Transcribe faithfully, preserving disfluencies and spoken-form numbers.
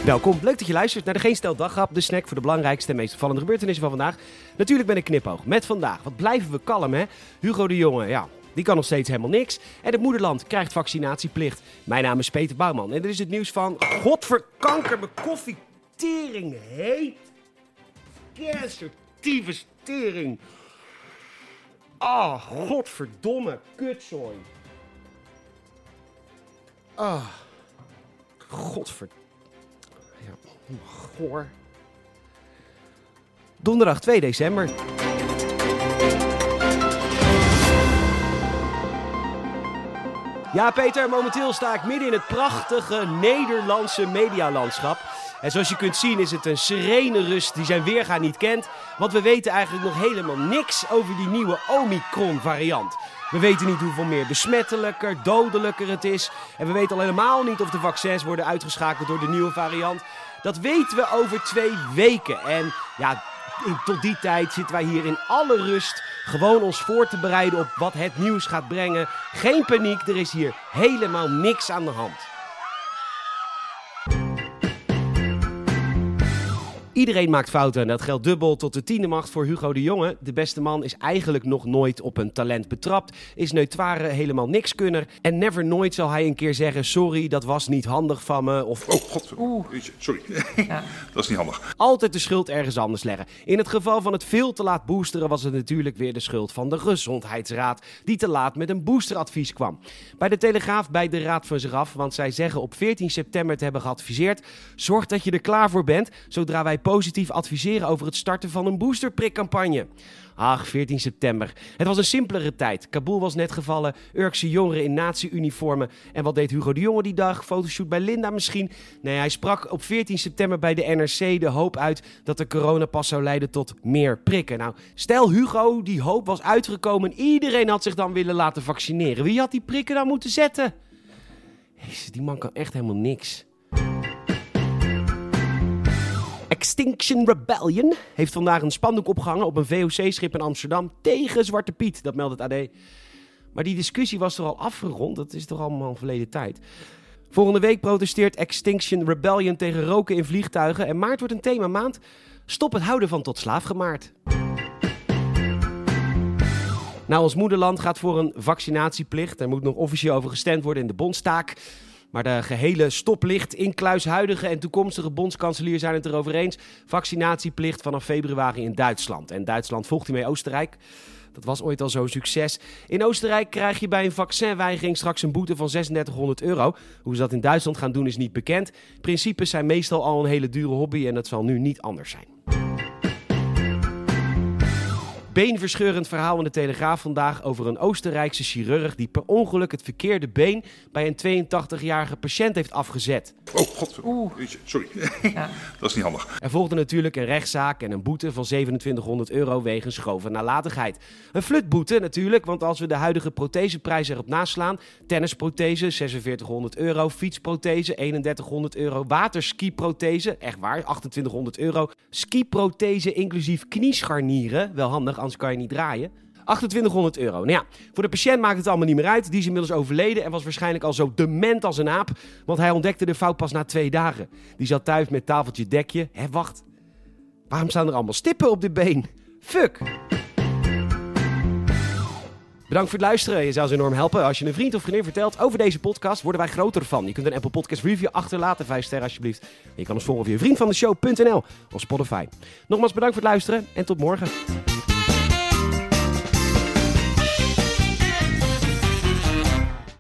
Welkom, leuk dat je luistert naar de Geen Stel Daggrap, de snack voor de belangrijkste en meest opvallende gebeurtenissen van vandaag. Natuurlijk ben ik knipoog. Met vandaag, wat blijven we kalm hè? Hugo de Jonge, ja, die kan nog steeds helemaal niks. En het moederland krijgt vaccinatieplicht. Mijn naam is Peter Bouwman en dit is het nieuws van... Godverkanker, mijn koffie, tering heet. Cancer, tyfus, tering. Ah, oh, godverdomme, kutzooi. Ah, oh, godverdomme. Ja, goor. Donderdag twee december. Ja, Peter, momenteel sta ik midden in het prachtige Nederlandse medialandschap. En zoals je kunt zien is het een serene rust die zijn weerga niet kent. Want we weten eigenlijk nog helemaal niks over die nieuwe Omicron-variant. We weten niet hoeveel meer besmettelijker, dodelijker het is. En we weten al helemaal niet of de vaccins worden uitgeschakeld door de nieuwe variant. Dat weten we over twee weken. En ja, in, tot die tijd zitten wij hier in alle rust gewoon ons voor te bereiden op wat het nieuws gaat brengen. Geen paniek, er is hier helemaal niks aan de hand. Iedereen maakt fouten en dat geldt dubbel tot de tiende macht voor Hugo de Jonge. De beste man is eigenlijk nog nooit op een talent betrapt, is neutrare helemaal niks kunner. En never nooit zal hij een keer zeggen, sorry, dat was niet handig van me. Of, oh god, Oeh. sorry, ja. Dat is niet handig. Altijd de schuld ergens anders leggen. In het geval van het veel te laat boosteren was het natuurlijk weer de schuld van de Gezondheidsraad, die te laat met een boosteradvies kwam. Bij de Telegraaf bijt de raad van zich af, want zij zeggen op veertien september te hebben geadviseerd, zorg dat je er klaar voor bent, zodra wij positief adviseren over het starten van een boosterprikcampagne. Ach, veertien september. Het was een simpelere tijd. Kabul was net gevallen, Urkse jongeren in nazi-uniformen. En wat deed Hugo de Jonge die dag? Fotoshoot bij Linda misschien? Nee, hij sprak op veertien september bij de N R C de hoop uit dat de coronapas zou leiden tot meer prikken. Nou, stel Hugo, die hoop was uitgekomen en iedereen had zich dan willen laten vaccineren. Wie had die prikken dan moeten zetten? Jezus, die man kan echt helemaal niks. Extinction Rebellion heeft vandaag een spandoek opgehangen op een V O C-schip in Amsterdam tegen Zwarte Piet, dat meldt het A D. Maar die discussie was toch al afgerond, dat is toch allemaal verleden tijd. Volgende week protesteert Extinction Rebellion tegen roken in vliegtuigen en maart wordt een themamaand. Stop het houden van tot slaafgemaard. Nou, ons moederland gaat voor een vaccinatieplicht. Er moet nog officieel over gestemd worden in de Bondstaak. Maar de gehele stoplicht, incluis huidige en toekomstige bondskanselier zijn het erover eens. Vaccinatieplicht vanaf februari in Duitsland. En Duitsland volgt hiermee Oostenrijk. Dat was ooit al zo'n succes. In Oostenrijk krijg je bij een vaccinweigering straks een boete van zesendertighonderd euro. Hoe ze dat in Duitsland gaan doen is niet bekend. Principes zijn meestal al een hele dure hobby en dat zal nu niet anders zijn. Beenverscheurend verhaal in de Telegraaf vandaag over een Oostenrijkse chirurg die per ongeluk het verkeerde been bij een tweeëntachtigjarige patiënt heeft afgezet. Oh god, Oeh. sorry, ja. Dat is niet handig. Er volgde natuurlijk een rechtszaak en een boete van zevenentwintighonderd euro wegens grove nalatigheid. Een flutboete natuurlijk, want als we de huidige protheseprijs erop naslaan, tennisprothese zesenveertighonderd euro, fietsprothese eenendertighonderd euro, waterskiprothese, echt waar, achtentwintighonderd euro, skiprothese inclusief kniescharnieren, wel handig, anders kan je niet draaien. achtentwintighonderd euro. Nou ja, voor de patiënt maakt het allemaal niet meer uit. Die is inmiddels overleden en was waarschijnlijk al zo dement als een aap. Want hij ontdekte de fout pas na twee dagen. Die zat thuis met tafeltje dekje. Hé, wacht. Waarom staan er allemaal stippen op dit been? Fuck. Bedankt voor het luisteren. Je zou ons enorm helpen als je een vriend of vriendin vertelt over deze podcast. Worden wij groter van. Je kunt een Apple Podcast review achterlaten. Vijf sterren alsjeblieft. En je kan ons volgen via vriendvandeshow punt n l of Spotify. Nogmaals bedankt voor het luisteren en tot morgen.